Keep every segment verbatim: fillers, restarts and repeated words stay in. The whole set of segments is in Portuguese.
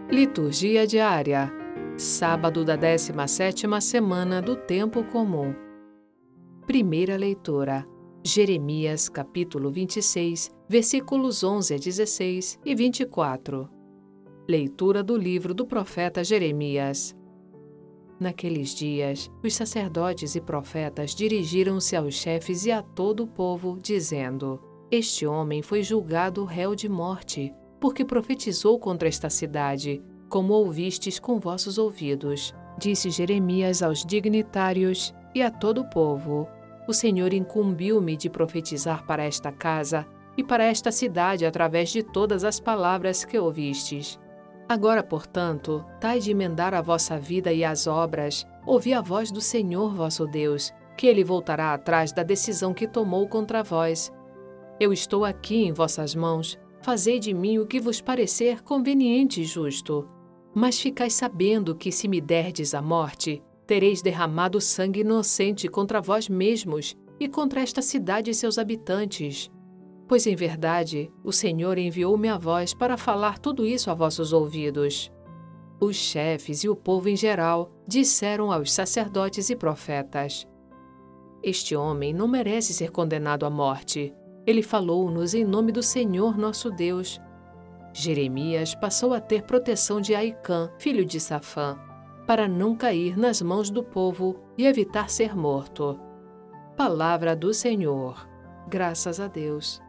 Liturgia diária. Sábado da décima sétima semana do Tempo Comum. Primeira leitura. Jeremias, capítulo vinte e seis, versículos onze a dezesseis e vinte e quatro. Leitura do livro do profeta Jeremias. Naqueles dias, os sacerdotes e profetas dirigiram-se aos chefes e a todo o povo, dizendo: Este homem foi julgado réu de morte, porque profetizou contra esta cidade, como ouvistes com vossos ouvidos. Disse Jeremias aos dignitários e a todo o povo: O Senhor incumbiu-me de profetizar para esta casa e para esta cidade através de todas as palavras que ouvistes. Agora, portanto, tai de emendar a vossa vida e as obras, ouvi a voz do Senhor vosso Deus, que ele voltará atrás da decisão que tomou contra vós. Eu estou aqui em vossas mãos, fazei de mim o que vos parecer conveniente e justo. Mas ficai sabendo que, se me derdes a morte, tereis derramado sangue inocente contra vós mesmos e contra esta cidade e seus habitantes. Pois, em verdade, o Senhor enviou-me a vós para falar tudo isso a vossos ouvidos. Os chefes e o povo em geral disseram aos sacerdotes e profetas: Este homem não merece ser condenado à morte. Ele falou-nos em nome do Senhor nosso Deus. Jeremias passou a ter proteção de Aicã, filho de Safã, para não cair nas mãos do povo e evitar ser morto. Palavra do Senhor. Graças a Deus.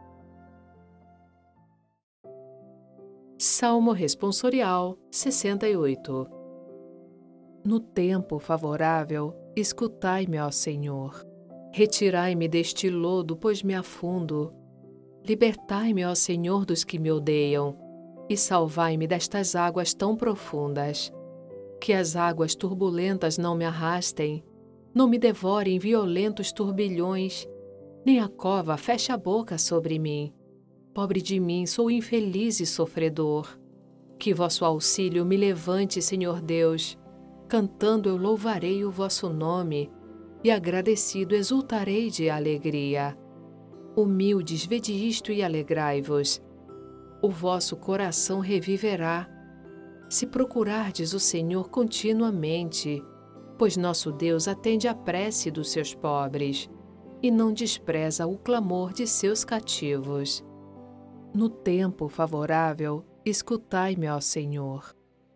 Salmo responsorial sessenta e oito. No tempo favorável, escutai-me, ó Senhor. Retirai-me deste lodo, pois me afundo. Libertai-me, ó Senhor, dos que me odeiam, e salvai-me destas águas tão profundas. Que as águas turbulentas não me arrastem, não me devorem violentos turbilhões, nem a cova feche a boca sobre mim. Pobre de mim, sou infeliz e sofredor. Que vosso auxílio me levante, Senhor Deus. Cantando eu louvarei o vosso nome, e agradecido exultarei de alegria. Humildes, vede isto e alegrai-vos. O vosso coração reviverá, se procurardes o Senhor continuamente, pois nosso Deus atende à prece dos seus pobres, e não despreza o clamor de seus cativos. No tempo favorável, escutai-me, ó Senhor.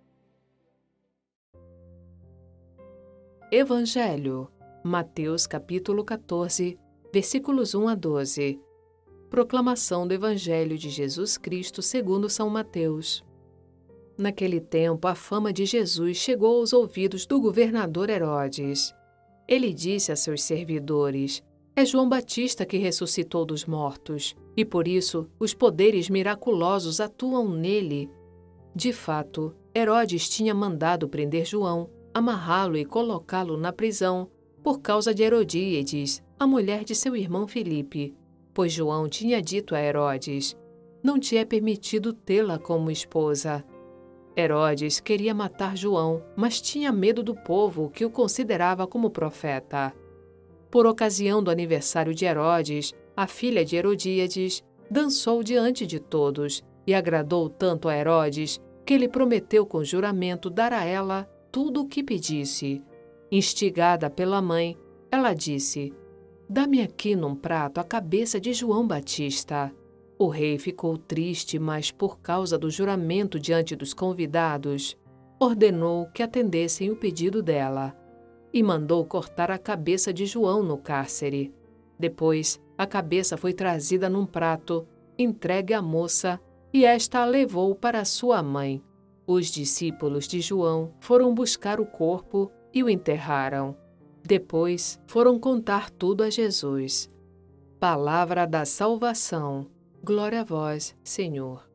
Evangelho. Mateus capítulo quatorze, versículos um a doze. Proclamação do Evangelho de Jesus Cristo segundo São Mateus. Naquele tempo, a fama de Jesus chegou aos ouvidos do governador Herodes. Ele disse a seus servidores: É João Batista que ressuscitou dos mortos, e por isso os poderes miraculosos atuam nele. De fato, Herodes tinha mandado prender João, amarrá-lo e colocá-lo na prisão, por causa de Herodíades, a mulher de seu irmão Filipe, pois João tinha dito a Herodes: Não te é permitido tê-la como esposa. Herodes queria matar João, mas tinha medo do povo que o considerava como profeta. Por ocasião do aniversário de Herodes, a filha de Herodíades dançou diante de todos e agradou tanto a Herodes que ele prometeu com juramento dar a ela tudo o que pedisse. Instigada pela mãe, ela disse: Dá-me aqui num prato a cabeça de João Batista. O rei ficou triste, mas por causa do juramento diante dos convidados, ordenou que atendessem o pedido dela e mandou cortar a cabeça de João no cárcere. Depois, a cabeça foi trazida num prato, entregue à moça, e esta a levou para sua mãe. Os discípulos de João foram buscar o corpo e o enterraram. Depois, foram contar tudo a Jesus. Palavra da salvação. Glória a vós, Senhor.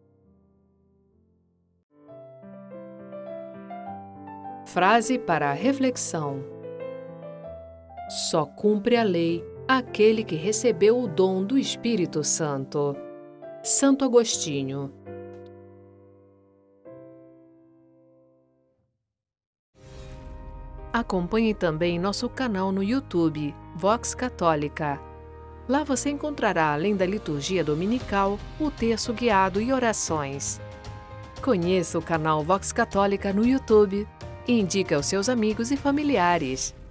Frase para a reflexão. Só cumpre a lei aquele que recebeu o dom do Espírito Santo. Santo Agostinho. Acompanhe também nosso canal no YouTube, Vox Católica. Lá você encontrará, além da liturgia dominical, o terço guiado e orações. Conheça o canal Vox Católica no YouTube e indique aos seus amigos e familiares.